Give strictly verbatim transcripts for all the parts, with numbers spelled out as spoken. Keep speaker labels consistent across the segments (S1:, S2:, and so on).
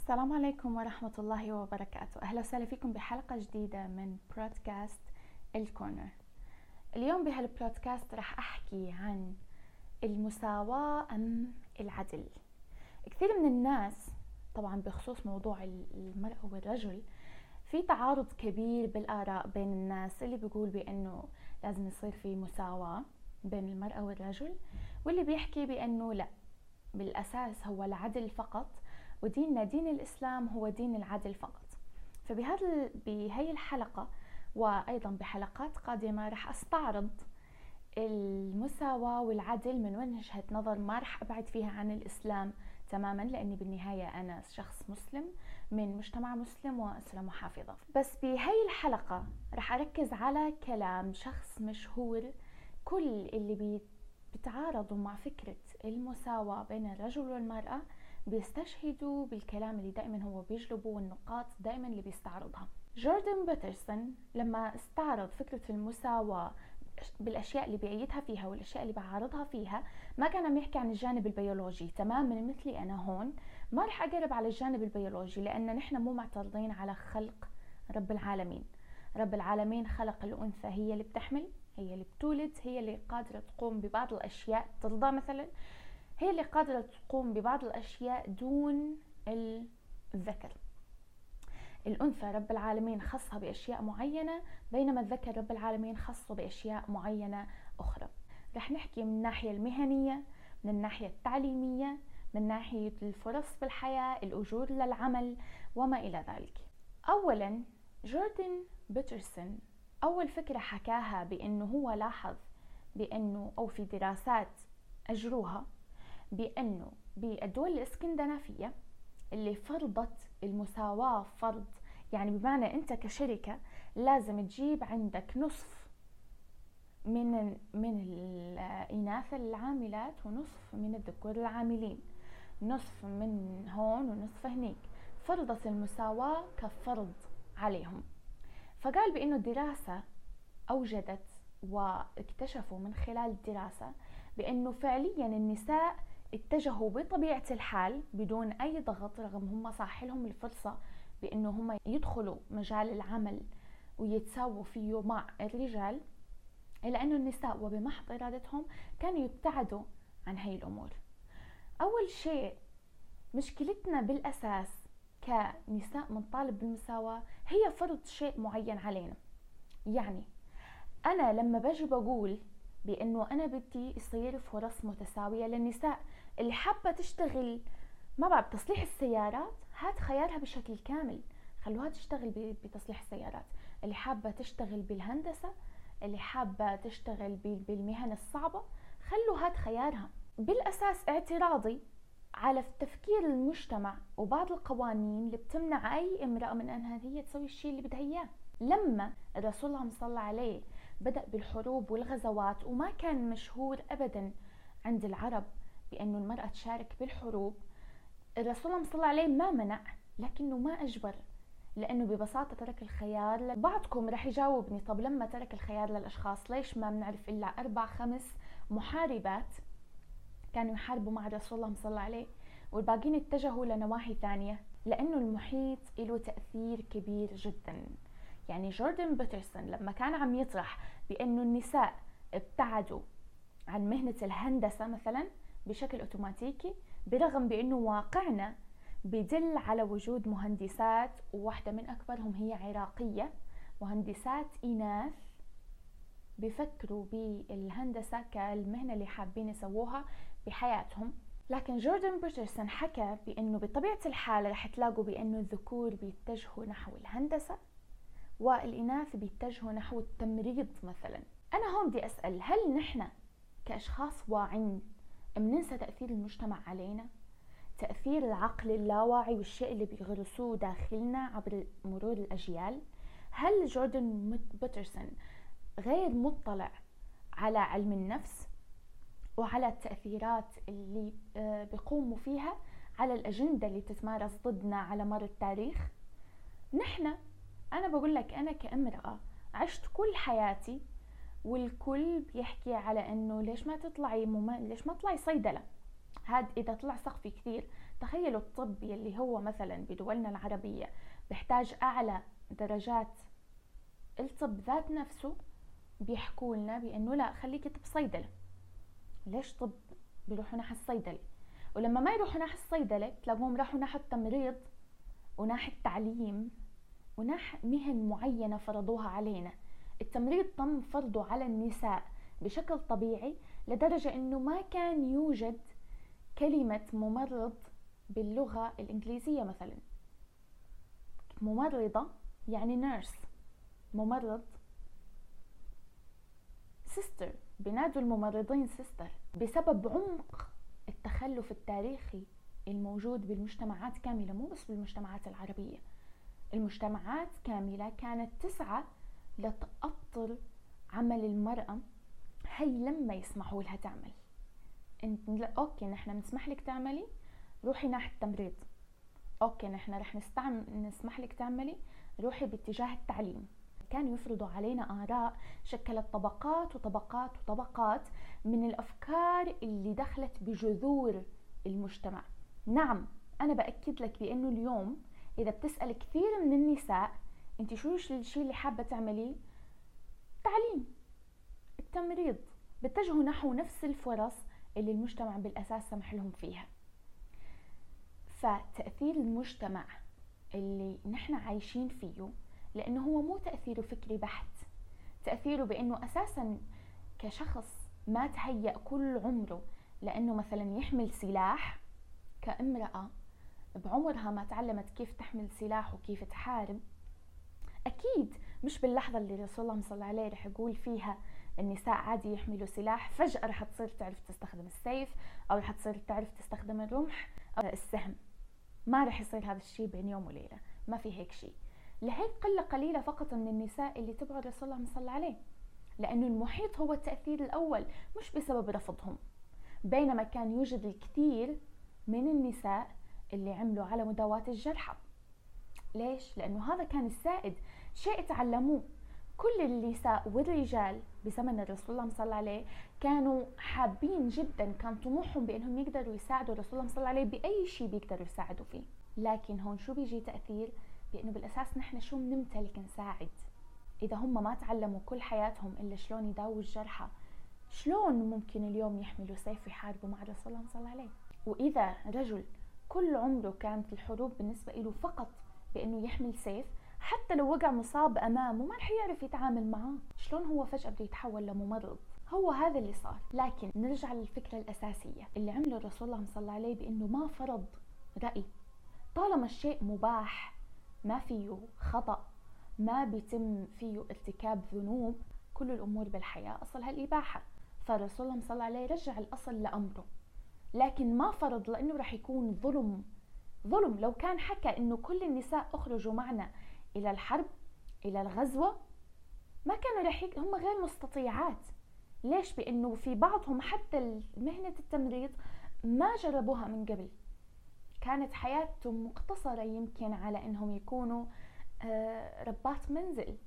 S1: السلام عليكم ورحمة الله وبركاته. أهلا وسهلا فيكم بحلقة جديدة من برودكاست الكورنر. اليوم بهالبرودكاست رح أحكي عن المساواة أم العدل. كثير من الناس طبعا بخصوص موضوع المرأة والرجل في تعارض كبير بالآراء بين الناس، اللي بيقول بأنه لازم يصير في مساواة بين المرأة والرجل، واللي بيحكي بأنه لا، بالأساس هو العدل فقط، وديننا دين الإسلام هو دين العدل فقط. فبهذا بهي الحلقة وأيضا بحلقات قادمة رح أستعرض المساواة والعدل من وجهة نظر ما رح أبعد فيها عن الإسلام تماما، لأني بالنهاية أنا شخص مسلم من مجتمع مسلم وأسرة محافظة. بس بهي الحلقة رح أركز على كلام شخص مشهور. كل اللي بيتعارضوا مع فكرة المساواة بين الرجل والمرأة بيستشهدوا بالكلام اللي دائما هو بيجلبه والنقاط دائما اللي بيستعرضها. جوردن بيترسون لما استعرض فكرة المساواة بالأشياء اللي بيأيدها فيها والأشياء اللي بعارضها فيها، ما كان عم يحكي عن الجانب البيولوجي تماما. مثلي أنا هون ما رح أقرب على الجانب البيولوجي، لأن نحن مو معترضين على خلق رب العالمين. رب العالمين خلق الأنثى، هي اللي بتحمل، هي اللي بتولد، هي اللي قادرة تقوم ببعض الأشياء، ترضى مثلا، هي اللي قادرة تقوم ببعض الأشياء دون الذكر. الأنثى رب العالمين خصها بأشياء معينة، بينما الذكر رب العالمين خصه بأشياء معينة أخرى. رح نحكي من الناحية المهنية، من الناحية التعليمية، من ناحية الفرص بالحياة، الأجور للعمل وما إلى ذلك. أولا، جوردن بيترسون أول فكرة حكاها بأنه هو لاحظ بأنه أو في دراسات أجروها بأنه بالدول الإسكندنافية اللي فرضت المساواة فرض، يعني بمعنى أنت كشركة لازم تجيب عندك نصف من من الإناث العاملات ونصف من الذكور العاملين، نصف من هون ونصف هنيك. فرضت المساواة كفرض عليهم. فقال بأنه الدراسة أوجدت واكتشفوا من خلال الدراسة بأنه فعليا النساء اتجهوا بطبيعة الحال بدون أي ضغط، رغم هم صح لهم الفرصة بأنه هم يدخلوا مجال العمل ويتساووا فيه مع الرجال، إلا أنه النساء وبمحض إرادتهم كانوا يبتعدوا عن هاي الأمور. أول شيء مشكلتنا بالأساس كنساء منطالب بالمساواة هي فرض شيء معين علينا. يعني أنا لما باجي بقول بأنه أنا بدي يصير فرص متساوية للنساء، اللي حابة تشتغل ما بعرف تصليح السيارات، هات خيارها بشكل كامل، خلوها تشتغل بتصليح السيارات. اللي حابة تشتغل بالهندسة، اللي حابة تشتغل بالمهن الصعبة، خلوا هات خيارها. بالأساس اعتراضي على تفكير المجتمع وبعض القوانين اللي بتمنع أي امرأة من أنها هي تسوي الشيء اللي بدها إياه. لما الرسول الله صلى الله عليه بدأ بالحروب والغزوات، وما كان مشهور أبدا عند العرب بأنه المرأة تشارك بالحروب، الرسول الله صلى الله عليه ما منع، لكنه ما أجبر، لأنه ببساطة ترك الخيار. بعضكم رح يجاوبني طب لما ترك الخيار للأشخاص ليش ما بنعرف إلا أربع خمس محاربات كانوا يحاربوا مع الرسول الله صلى الله عليه والباقين اتجهوا لنواحي ثانية؟ لأنه المحيط له تأثير كبير جدا. يعني جوردن بيترسون لما كان عم يطرح بأنه النساء ابتعدوا عن مهنة الهندسة مثلا بشكل أوتوماتيكي، برغم بأنه واقعنا بدل على وجود مهندسات، وواحدة من أكبرهم هي عراقية، مهندسات إناث بفكروا بالهندسة كالمهنة اللي حابين يسووها بحياتهم. لكن جوردن بيترسون حكى بأنه بطبيعة الحال رح تلاقوا بأنه الذكور بيتجهوا نحو الهندسة والإناث بيتجهوا نحو التمريض مثلا. أنا هون بدي أسأل، هل نحن كأشخاص واعين بننسى تأثير المجتمع علينا؟ تأثير العقل اللاواعي والشيء اللي بيغرسوه داخلنا عبر مرور الأجيال؟ هل جوردن بيترسون غير مطلع على علم النفس وعلى التأثيرات اللي بيقوموا فيها على الأجندة اللي بتتمارس ضدنا على مر التاريخ؟ نحن أنا بقول لك، أنا كامرأة عشت كل حياتي والكل بيحكي على إنه ليش ما تطلعي مم... ليش ما تطلعي صيدلة، هاد إذا طلع سقفي كثير. تخيلوا الطب يلي هو مثلا بدولنا العربية بيحتاج أعلى درجات الطب ذات نفسه، بيحكوا لنا بأنه لا خليكي طب صيدلة. ليش طب؟ بيروحوا ناحية الصيدلة. ولما ما يروحوا ناحية الصيدلة تلاقوهم راحوا ناحية التمريض وناحية التعليم وناحية مهن معينة فرضوها علينا. التمريض تم فرضه على النساء بشكل طبيعي لدرجة انه ما كان يوجد كلمة ممرض باللغة الإنجليزية. مثلا ممرضة يعني نيرس، ممرض سيستر، بينادوا الممرضين سيستر، بسبب عمق التخلف التاريخي الموجود بالمجتمعات كاملة، مو بس بالمجتمعات العربية. المجتمعات كاملة كانت تسعى لتأطر عمل المرأة، هي لما يسمحوا لها تعمل. انت اوكي نحن بنسمح لك تعملي، روحي ناحية التمريض. اوكي نحن رح نستعمل نسمح لك تعملي، روحي باتجاه التعليم. كانوا يفرضوا علينا آراء شكلت طبقات وطبقات وطبقات من الأفكار اللي دخلت بجذور المجتمع. نعم أنا بأكد لك بأنه اليوم إذا بتسأل كثير من النساء أنت شو الشيء اللي حابة تعمليه؟ تعليم، التمريض، بتجهوا نحو نفس الفرص اللي المجتمع بالأساس سمح لهم فيها. فتأثير المجتمع اللي نحن عايشين فيه، لأنه هو مو تأثيره فكري بحت، تأثيره بأنه أساسا كشخص ما تهيأ كل عمره لأنه مثلا يحمل سلاح، كامرأة بعمرها ما تعلمت كيف تحمل سلاح وكيف تحارب. أكيد مش باللحظة اللي رسول الله صلى الله عليه رح يقول فيها النساء عادي يحملوا سلاح فجأة رح تصير تعرف تستخدم السيف، أو رح تصير تعرف تستخدم الرمح أو السهم. ما رح يصير هذا الشيء بين يوم وليلة، ما في هيك شيء. لهيك قلة قليلة فقط من النساء اللي تبعوا رسول الله صلى الله عليه، لأنه المحيط هو التأثير الأول مش بسبب رفضهم. بينما كان يوجد الكثير من النساء اللي عملوا على مداواة الجرحى. ليش؟ لأنه هذا كان السائد، شيء تعلموه. كل النساء والرجال بزمن الرسول الله صلى الله عليه كانوا حابين جدا، كان طموحهم بأنهم يقدروا يساعدوا الرسول الله صلى الله عليه بأي شيء بيقدروا يساعدوا فيه. لكن هون شو بيجي تأثير؟ بأنه بالأساس نحن شو بنمتلك نساعد؟ إذا هم ما تعلموا كل حياتهم إلا شلون يداووا الجرحى، شلون ممكن اليوم يحملوا سيف ويحاربوا مع الرسول الله صلى الله عليه؟ وإذا رجل كل عمره كانت الحروب بالنسبة له فقط بأنه يحمل سيف، حتى لو وقع مصاب أمامه ما رح يعرف يتعامل معاه، شلون هو فجأة بده يتحول لممرض؟ هو هذا اللي صار. لكن نرجع للفكرة الأساسية اللي عمله الرسول الله صلى الله عليه، بأنه ما فرض رأي. طالما الشيء مباح، ما فيه خطأ، ما بيتم فيه ارتكاب ذنوب، كل الأمور بالحياة أصلها الإباحة. فالرسول الله صلى الله عليه رجع الأصل لأمره، لكن ما فرض لأنه رح يكون ظلم. ظلم لو كان حكى إنه كل النساء أخرجوا معنا إلى الحرب، إلى الغزوة، ما كانوا رح يك... هم غير مستطيعات. ليش؟ بأنه في بعضهم حتى مهنة التمريض ما جربوها من قبل، كانت حياتهم مقتصرة يمكن على إنهم يكونوا ربات منزل.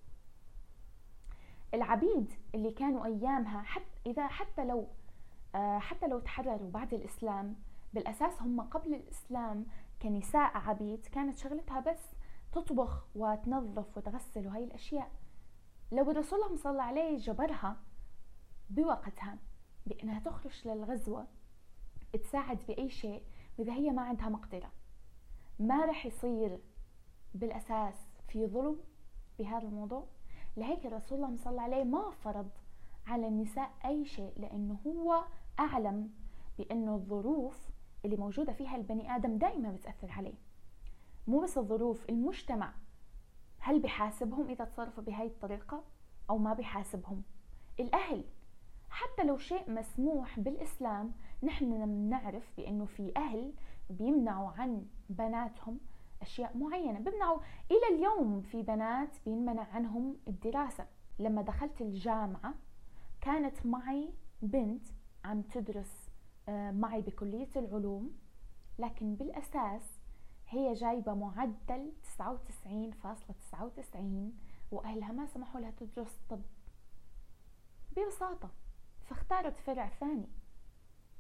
S1: العبيد اللي كانوا أيامها حتى إذا حتى لو حتى لو تحرروا بعد الإسلام، بالأساس هم قبل الإسلام كنساء عبيد كانت شغلتها بس تطبخ وتنظف وتغسل وهي الأشياء. لو الرسول الله صلى الله عليه جبرها بوقتها بأنها تخرج للغزوة تساعد بأي شيء، إذا هي ما عندها مقدرة، ما رح يصير بالأساس في ظلم بهذا الموضوع. لهيك الرسول الله صلى الله عليه ما فرض على النساء أي شيء، لأنه هو أعلم بأنه الظروف اللي موجودة فيها البني آدم دائما بتأثر عليه. مو بس الظروف، المجتمع هل بحاسبهم إذا تصرفوا بهاي الطريقة أو ما بحاسبهم؟ الأهل، حتى لو شيء مسموح بالإسلام، نحن نعرف بأنه في أهل بيمنعوا عن بناتهم أشياء معينة، بيمنعوا. إلى اليوم في بنات بينمنع عنهم الدراسة. لما دخلت الجامعة كانت معي بنت عم تدرس معي بكلية العلوم، لكن بالأساس هي جايبة معدل تسعة وتسعين فاصلة تسعة وتسعين وأهلها ما سمحوا لها تدرس طب ببساطة، فاختارت فرع ثاني.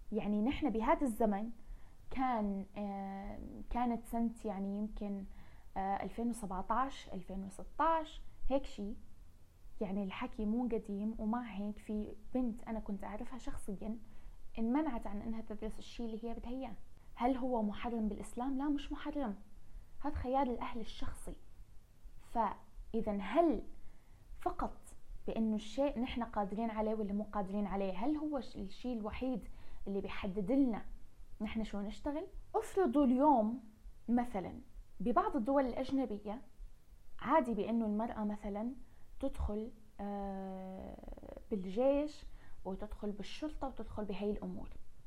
S1: يعني نحن بهذا الزمن كان آه كانت سنة يعني يمكن آه ألفين وسبعطعش ألفين وستطعش هيك شيء، يعني الحكي مو قديم. ومع هيك في بنت أنا كنت أعرفها شخصيا انمنعت عن أنها تدرس الشيء اللي هي بدها إياه. هل هو محرم بالإسلام؟ لا، مش محرم، هذا خيار الأهل الشخصي. فإذا هل فقط بأنه الشيء نحن قادرين عليه واللي مو قادرين عليه، هل هو الشيء الوحيد اللي بيحدد لنا نحن شو نشتغل؟ افرضوا اليوم مثلا ببعض الدول الأجنبية عادي بأنه المرأة مثلا تدخل بالجيش وتدخل بالشرطة وتدخل بهاي الأمور.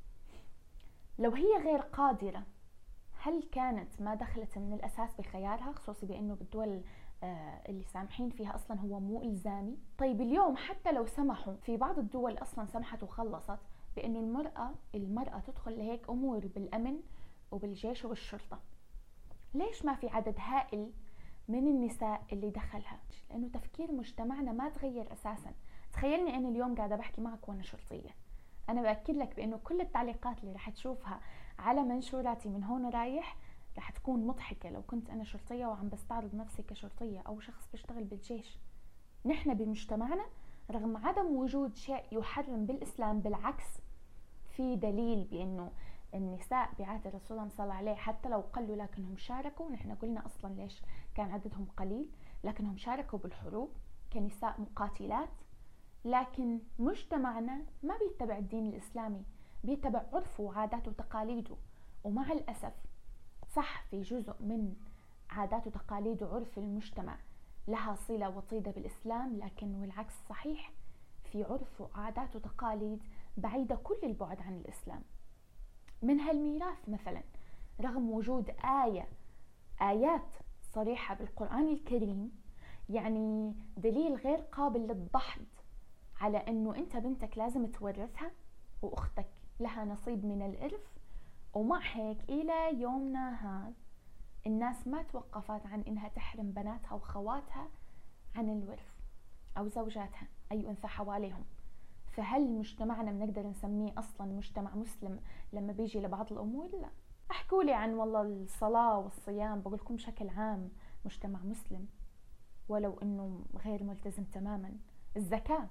S1: لو هي غير قادرة، هل كانت ما دخلت من الأساس بخيارها، خصوصي بأنه بالدول اللي سامحين فيها أصلا هو مو إلزامي؟ طيب اليوم حتى لو سمحوا، في بعض الدول أصلا سمحت وخلصت بأنه المرأة المرأة تدخل لهيك أمور بالأمن وبالجيش وبالشرطة، ليش ما في عدد هائل من النساء اللي دخلها؟ لأنه تفكير مجتمعنا ما تغير أساسا. تخيلني أنا اليوم قاعدة بحكي معك وأنا شرطية، أنا بأكد لك بأنه كل التعليقات اللي رح تشوفها على منشوراتي من هون رايح رح تكون مضحكة لو كنت أنا شرطية وعم بستعرض نفسي كشرطية أو شخص بيشتغل بالجيش. نحن بمجتمعنا رغم عدم وجود شيء يحرم بالإسلام، بالعكس في دليل بأنه النساء بعهد الرسول صلى الله عليه حتى لو قلوا لكنهم شاركوا. نحن قلنا أصلا ليش كان عددهم قليل، لكنهم شاركوا بالحروب كنساء مقاتلات. لكن مجتمعنا ما بيتبع الدين الإسلامي، بيتبع عرفه وعاداته وتقاليده. ومع الأسف صح في جزء من عادات وتقاليد وعرف المجتمع لها صلة وطيدة بالإسلام، لكن والعكس صحيح، في عرف وعادات وتقاليد بعيدة كل البعد عن الإسلام. من هالميراث مثلا رغم وجود آية آيات صريحة بالقرآن الكريم، يعني دليل غير قابل للدحض على أنه أنت بنتك لازم تورثها وأختك لها نصيب من الإرث، ومع هيك إلى يومنا هذا الناس ما توقفت عن إنها تحرم بناتها وخواتها عن الورث أو زوجاتها أي أنثى حواليهم. فهل مجتمعنا بنقدر نسميه أصلا مجتمع مسلم لما بيجي لبعض الأمور؟ لا. أحكوا لي عن والله الصلاة والصيام، بقول لكم بشكل عام مجتمع مسلم ولو إنه غير ملتزم تماما. الزكاة،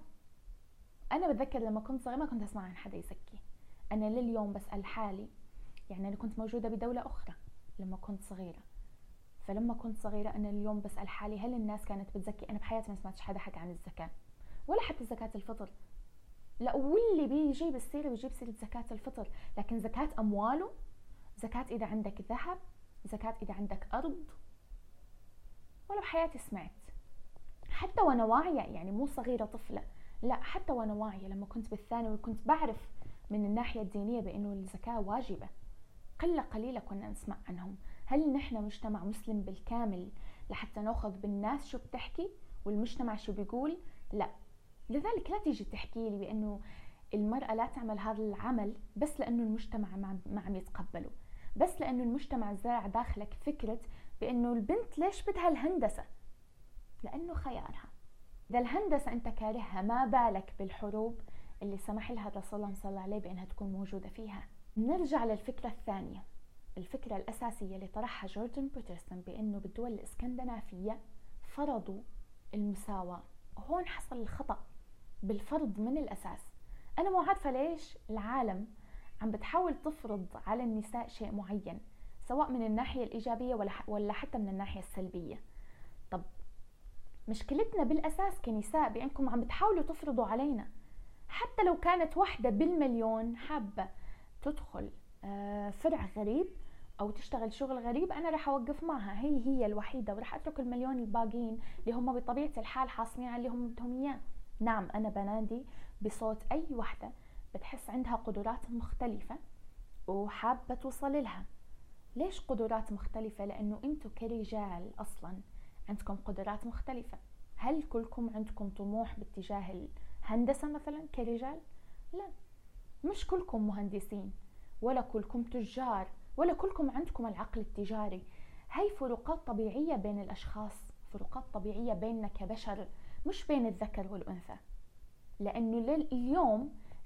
S1: أنا بتذكر لما كنت صغيرة ما كنت أسمع عن حدا يزكي. أنا لليوم بسأل حالي، يعني أنا كنت موجودة بدولة أخرى لما كنت صغيرة، فلما كنت صغيرة أنا اليوم بسأل حالي هل الناس كانت بتزكي؟ أنا بحياتي ما سمعتش حدا حكى عن الزكاة ولا حتى زكاة الفطر. لا، واللي بيجي بالسيرة بيجيب سيرة زكاة الفطر، لكن زكاة أمواله، زكاة إذا عندك ذهب، زكاة إذا عندك أرض، ولا بحياتي سمعت. حتى وأنا واعية، يعني مو صغيرة طفلة، لا حتى وأنا واعية لما كنت بالثانوي كنت بعرف من الناحية الدينية بأنه الزكاة واجبة، قلة قليلة كنا نسمع عنهم. هل نحن مجتمع مسلم بالكامل لحتى نأخذ بالناس شو بتحكي والمجتمع شو بيقول؟ لا. لذلك لا تيجي تحكي لي بأنه المرأة لا تعمل هذا العمل بس لأنه المجتمع ما عم يتقبله، بس لأنه المجتمع زارع داخلك فكرة بأنه البنت ليش بدها الهندسة؟ لأنه خيارها. إذا الهندسة أنت كارهها، ما بالك بالحروب اللي سمح لها الرسول صلى الله عليه بأنها تكون موجودة فيها. نرجع للفكرة الثانية، الفكرة الأساسية اللي طرحها جوردن بيترسون بأنه بالدول الإسكندنافية فرضوا المساواة. هون حصل الخطأ بالفرض من الأساس. أنا مو عارفة ليش العالم عم بتحاول تفرض على النساء شيء معين، سواء من الناحية الإيجابية ولا حتى من الناحية السلبية. طب مشكلتنا بالأساس كنساء بأنكم عم بتحاولوا تفرضوا علينا. حتى لو كانت واحدة بالمليون حابة تدخل فرع غريب أو تشتغل شغل غريب، أنا رح أوقف معها، هي هي الوحيدة، ورح أترك المليون الباقين اللي هم بطبيعة الحال حاصلين على اللي هم بدهم إياه. نعم، أنا بنادي بصوت أي وحدة بتحس عندها قدرات مختلفة وحابة توصل لها. ليش قدرات مختلفة؟ لأنه أنتوا كرجال أصلا عندكم قدرات مختلفة. هل كلكم عندكم طموح باتجاه الهندسة مثلا كرجال؟ لا، مش كلكم مهندسين ولا كلكم تجار ولا كلكم عندكم العقل التجاري. هاي فروقات طبيعية بين الأشخاص، فروقات طبيعية بيننا كبشر، مش بين الذكر والأنثى. لأنه اليوم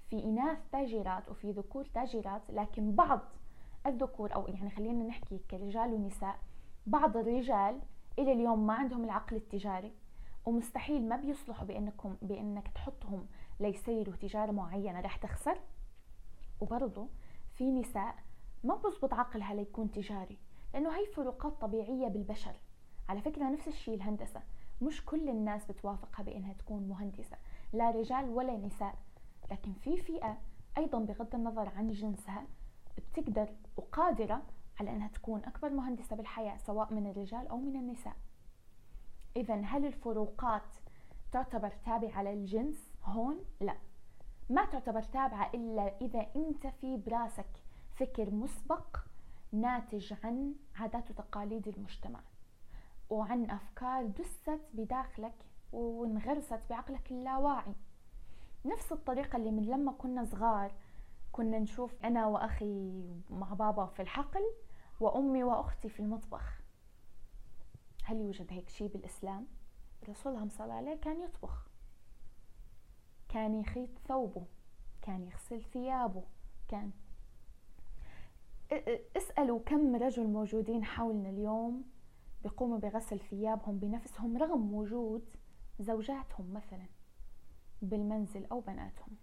S1: في إناث تاجرات وفي ذكور تاجرات، لكن بعض الذكور، أو يعني خلينا نحكي كرجال ونساء، بعض الرجال إلى اليوم ما عندهم العقل التجاري، ومستحيل ما بيصلحوا بأنكم بأنك تحطهم ليسيروا تجارة معينة رح تخسر. وبرضه في نساء ما بزبط عقلها ليكون تجاري، لأنه هي فروقات طبيعية بالبشر. على فكرة نفس الشيء الهندسة، مش كل الناس بتوافقها بأنها تكون مهندسة، لا رجال ولا نساء، لكن في فئة أيضا بغض النظر عن جنسها بتقدر وقادرة على أنها تكون أكبر مهندسة بالحياة، سواء من الرجال أو من النساء. إذن هل الفروقات تعتبر تابعة للجنس هون؟ لا، ما تعتبر تابعة إلا إذا أنت في براسك فكر مسبق ناتج عن عادات وتقاليد المجتمع، وعن أفكار دست بداخلك وانغرست بعقلك اللاواعي. نفس الطريقة اللي من لما كنا صغار كنا نشوف أنا وأخي مع بابا في الحقل وأمي وأختي في المطبخ. هل يوجد هيك شيء بالإسلام؟ الرسول صلى الله عليه كان يطبخ، كان يخيط ثوبه، كان يغسل ثيابه، كان اسألوا كم رجل موجودين حولنا اليوم بيقوموا بغسل ثيابهم بنفسهم رغم وجود زوجاتهم مثلا بالمنزل أو بناتهم.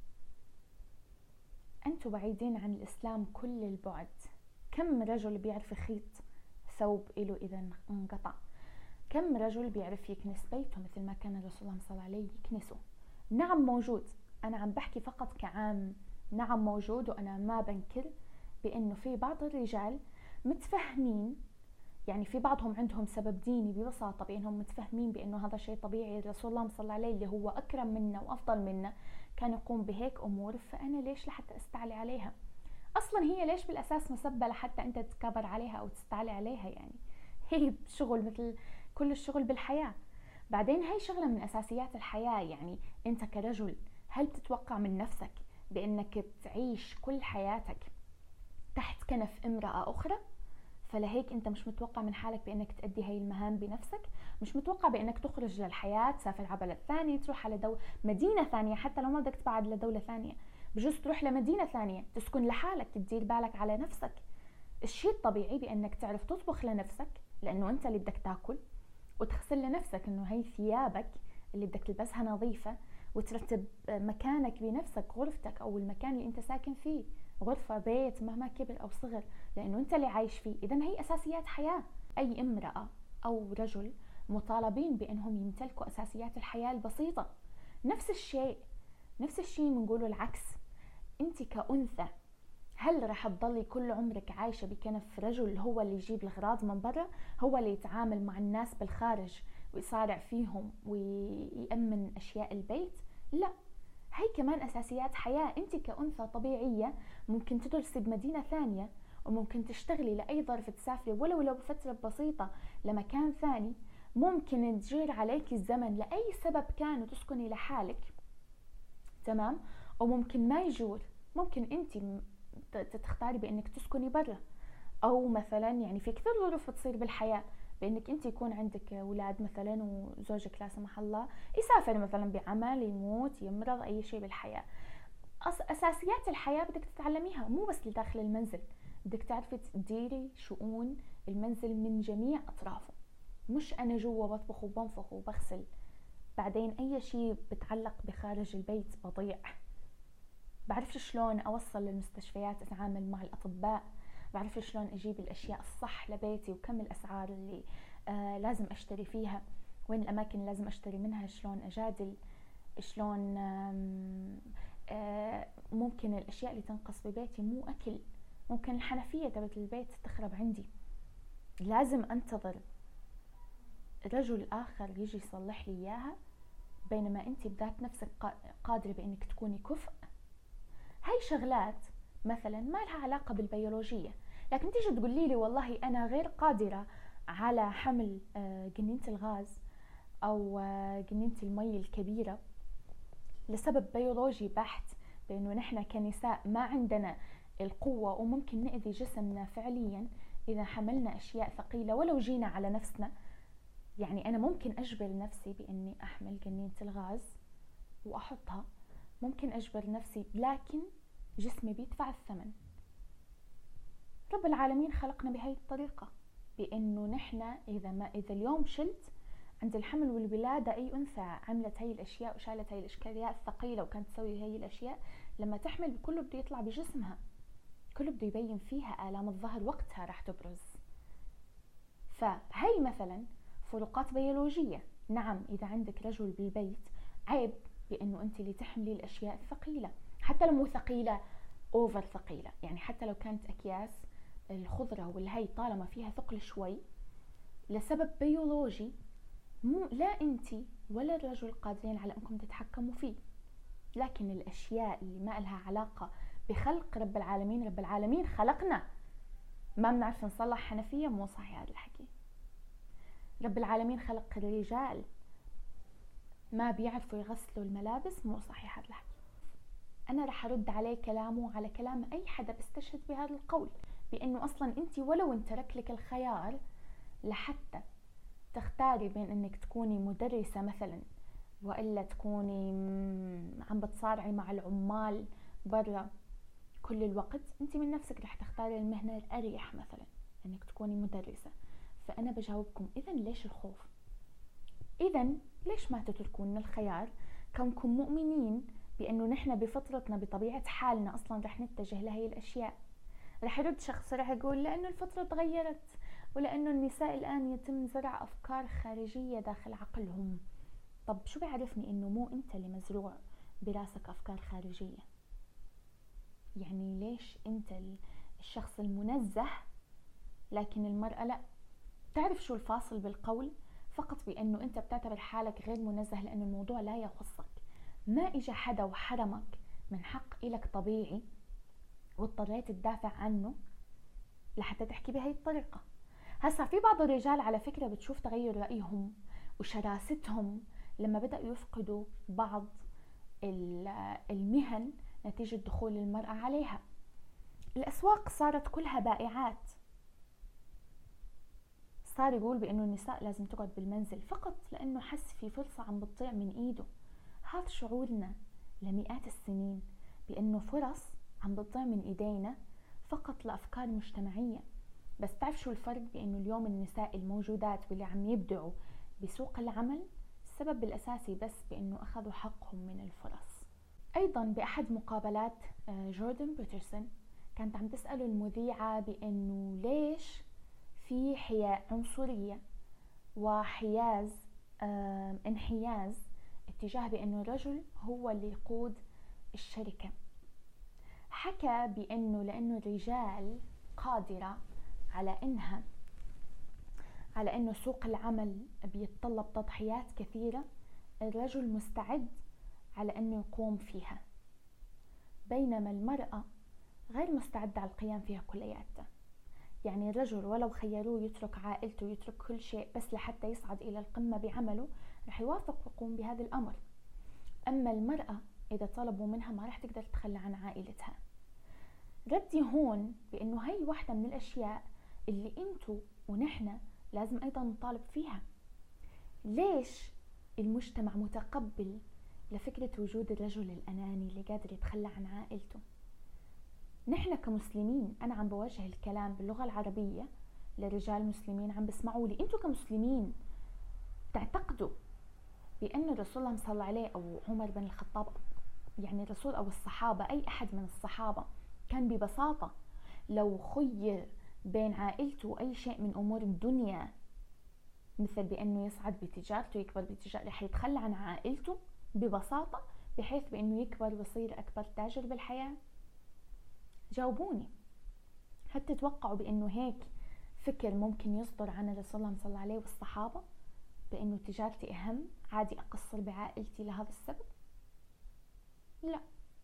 S1: أنتوا بعيدين عن الإسلام كل البعد. كم رجل بيعرف يخيط ثوب إله إذا انقطع؟ كم رجل بيعرف يكنس بيته مثل ما كان الرسول صلى الله عليه يكنسه؟ نعم موجود، أنا عم بحكي فقط كعام. نعم موجود، وأنا ما بنكر بأنه في بعض الرجال متفهمين، يعني في بعضهم عندهم سبب ديني ببساطة بأنهم متفهمين بأنه هذا شيء طبيعي. الرسول الله صلى الله عليه اللي هو أكرم منا وأفضل منا كان يقوم بهيك أمور، فأنا ليش لحتى أستعلي عليها؟ أصلا هي ليش بالأساس مسبة لحتى أنت تتكبر عليها أو تستعلي عليها؟ يعني هي شغل مثل كل الشغل بالحياة. بعدين هاي شغلة من أساسيات الحياة. يعني أنت كرجل هل تتوقع من نفسك بأنك تعيش كل حياتك تحت كنف امرأة أخرى؟ فلهيك أنت مش متوقع من حالك بأنك تأدي هاي المهام بنفسك، مش متوقع بأنك تخرج للحياة، تسافر على بلد ثاني، تروح على دولة مدينة ثانية، حتى لو ما بدك تبعد لدولة ثانية بجوز تروح لمدينة ثانية تسكن لحالك، تدير بالك على نفسك. الشيء الطبيعي بأنك تعرف تطبخ لنفسك لأنه أنت اللي بدك تاكل، وتغسل لنفسك إنه هي ثيابك اللي بدك تلبسها نظيفة، وترتب مكانك بنفسك، غرفتك أو المكان اللي أنت ساكن فيه، غرفة، بيت، مهما كبر أو صغر، لأنه أنت اللي عايش فيه. إذن هي أساسيات حياة. أي امرأة أو رجل مطالبين بأنهم يمتلكوا أساسيات الحياة البسيطة. نفس الشيء نفس الشيء بنقوله العكس. أنت كأنثى هل رح تضلي كل عمرك عايشة بكنف رجل هو اللي يجيب الأغراض من برا، هو اللي يتعامل مع الناس بالخارج ويصارع فيهم ويأمن أشياء البيت؟ لا، هي كمان أساسيات حياة. أنت كأنثى طبيعية ممكن تدرسي بمدينة ثانية، وممكن تشتغلي لأي ظرف، تسافري ولو لو فترة بسيطة لمكان ثاني، ممكن تجير عليك الزمن لأي سبب كان وتسكني لحالك، تمام؟ وممكن ما يجور، ممكن أنت تختاري بأنك تسكني برا، أو مثلا يعني في كثير ظروف تصير بالحياة بأنك أنت يكون عندك أولاد مثلا وزوجك لا سمح الله يسافر مثلا بعمل، يموت، يمرض، أي شيء بالحياة. أساسيات الحياة بدك تتعلميها، مو بس لداخل المنزل، بدك تعرفي تديري شؤون المنزل من جميع أطرافه، مش أنا جوا بطبخ وبنفخ وبغسل بعدين أي شيء بتعلق بخارج البيت بضيع. بعرفش شلون أوصل للمستشفيات، أتعامل مع الأطباء، بعرف شلون أجيب الأشياء الصح لبيتي، وكم الأسعار اللي آه لازم أشتري فيها، وين الأماكن اللي لازم أشتري منها، شلون أجادل، شلون آه ممكن الأشياء اللي تنقص ببيتي مو أكل، ممكن الحنفية تبت البيت تخرب عندي، لازم أنتظر رجل آخر يجي يصلح لي إياها، بينما أنت بذات نفسك قادرة بأنك تكوني كفء. هاي شغلات مثلا ما لها علاقة بالبيولوجية، لكن تيجي تقولي لي والله أنا غير قادرة على حمل جنينة الغاز أو جنينة المي الكبيرة لسبب بيولوجي بحت، بأنه نحن كنساء ما عندنا القوة وممكن نأذي جسمنا فعليا إذا حملنا أشياء ثقيلة ولو جينا على نفسنا. يعني أنا ممكن أجبر نفسي بأني أحمل جنينة الغاز وأحطها، ممكن أجبر نفسي، لكن جسمي بيدفع الثمن. رب العالمين خلقنا بهاي الطريقة، بأنه نحن إذا ما إذا اليوم شلت عند الحمل والولادة أي أنثى عملت هاي الأشياء وشالت هاي الإشكاليات الثقيلة وكانت تسوي هاي الأشياء، لما تحمل كله بده يطلع بجسمها، كله بده يبين فيها. آلام الظهر وقتها راح تبرز. فهي مثلا فروقات بيولوجية. نعم، إذا عندك رجل بالبيت عيب بأنه أنت اللي تحملي الأشياء الثقيلة، حتى لو مو ثقيلة أوفر ثقيلة، يعني حتى لو كانت أكياس الخضرة والهي طالما فيها ثقل شوي لسبب بيولوجي، مو لا أنت ولا الرجل قادرين على أنكم تتحكموا فيه. لكن الأشياء اللي ما لها علاقة بخلق رب العالمين، رب العالمين خلقنا ما بنعرف نصلح حنفية، مو صحيح هذا الحكي. رب العالمين خلق الرجال ما بيعرفوا يغسلوا الملابس، مو صحيح هذا الحكي. أنا رح أرد عليه كلامه على كلام أي حدا بيستشهد بهذا القول، بأنه أصلا أنت ولو انترك لك الخيار لحتى تختاري بين أنك تكوني مدرسة مثلا وإلا تكوني عم بتصارعي مع العمال برا كل الوقت، أنت من نفسك رح تختاري المهنة الأريح مثلا أنك تكوني مدرسة. فأنا بجاوبكم، إذن ليش الخوف؟ إذن ليش ما تتركون الخيار كونكم مؤمنين بأنه نحن بفطرتنا بطبيعة حالنا أصلا رح نتجه لهي الأشياء؟ رح يرد شخص رح يقول لأنه الفطرة تغيرت، ولأنه النساء الآن يتم زرع أفكار خارجية داخل عقلهم. طب شو بيعرفني إنه مو أنت اللي مزروع براسك أفكار خارجية؟ يعني ليش أنت الشخص المنزه لكن المرأة لا؟ تعرف شو الفاصل بالقول؟ فقط بأنه أنت بتعتبر حالك غير منزه لأن الموضوع لا يخصك. ما إجا حدا وحرمك من حق إلك طبيعي واضطريت تدافع عنه لحتى تحكي بهاي الطريقة. هسا في بعض الرجال على فكرة بتشوف تغير رأيهم وشراستهم لما بدأوا يفقدوا بعض المهن نتيجة دخول المرأة عليها. الأسواق صارت كلها بائعات، صار يقول بأنه النساء لازم تقعد بالمنزل فقط لأنه حس في فرصة عم بتضيع من إيده. هذا شعورنا لمئات السنين بأنه فرص عم بتضيع من إيدينا فقط لأفكار مجتمعية. بس تعرف شو الفرق؟ بأنه اليوم النساء الموجودات واللي عم يبدعوا بسوق العمل السبب الأساسي بس بأنه أخذوا حقهم من الفرص. أيضا بأحد مقابلات جوردن بيترسون كانت عم تسأله المذيعة بأنه ليش في حياء عنصرية وحياز انحياز اتجاه بأنه الرجل هو اللي يقود الشركة. حكى بأنه لأنه الرجال قادرة على إنها على أنه سوق العمل بيتطلب تضحيات كثيرة، الرجل مستعد على أنه يقوم فيها، بينما المرأة غير مستعدة على القيام فيها كلياتها. يعني الرجل ولو خيروه يترك عائلته ويترك كل شيء بس لحتى يصعد إلى القمة بعمله رح يوافق ويقوم بهذا الأمر. أما المرأة إذا طلبوا منها ما رح تقدر تتخلى عن عائلتها. ردي هون بأنه هاي واحدة من الأشياء اللي أنتو ونحن لازم أيضا نطالب فيها. ليش المجتمع متقبل لفكرة وجود الرجل الأناني اللي قادر يتخلى عن عائلته؟ نحن كمسلمين، أنا عم بوجه الكلام باللغة العربية لرجال مسلمين عم بسمعوا لي، أنتوا كمسلمين تعتقدوا بأن الرسول الله صلى الله عليه أو عمر بن الخطاب، يعني الرسول أو الصحابة أي أحد من الصحابة كان ببساطة لو خير بين عائلته وأي شيء من أمور الدنيا مثل بأنه يصعد بتجارته يكبر بتجارته رح يتخلى عن عائلته ببساطة بحيث بأنه يكبر ويصير أكبر تاجر بالحياة؟ جاوبوني. هل تتوقعوا بأنه هيك فكر ممكن يصدر عن الرسول الله صلى الله عليه والصحابة بأنه تجارتي أهم، عادي أقصر بعائلتي لهذا السبب؟ لا.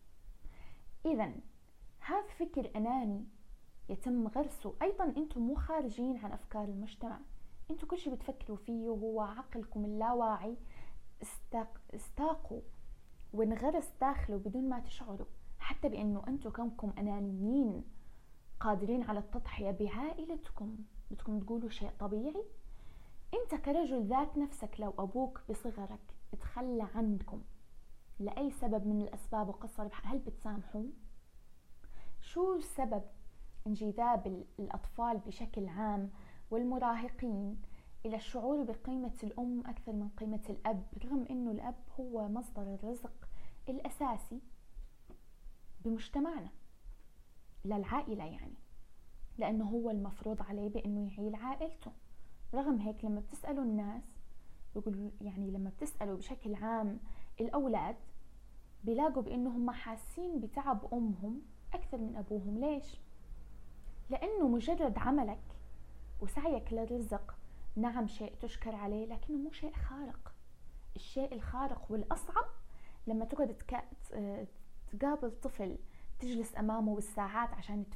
S1: إذن هذا فكر أناني يتم غرسه. أيضا أنتم مو خارجين عن أفكار المجتمع، أنتم كل شيء بتفكروا فيه وهو عقلكم اللاواعي استاق... استاقوا وانغرس داخله بدون ما تشعروا، حتى بأنه أنتم كونكم أنانيين قادرين على التضحية بعائلتكم بدكم تقولوا شيء طبيعي. أنت كرجل ذات نفسك لو أبوك بصغرك تخلى عنكم لأي سبب من الأسباب وقصر بحق، هل بتسامحوا؟ شو سبب انجذاب الأطفال بشكل عام والمراهقين إلى الشعور بقيمة الأم أكثر من قيمة الأب، رغم أنه الأب هو مصدر الرزق الأساسي بمجتمعنا للعائلة، يعني لأنه هو المفروض عليه بأنه يعيل عائلته. رغم هيك لما بتسألوا الناس بيقولوا، يعني لما بتسألوا بشكل عام الأولاد بيلاقوا بأنه هم حاسين بتعب أمهم أكثر من أبوهم. ليش؟ لأنه مجرد عملك وسعيك للرزق نعم شيء تشكر عليه، لكنه مو شيء خارق. الشيء الخارق والأصعب لما تقعد تقابل طفل تجلس أمامه بالساعات عشان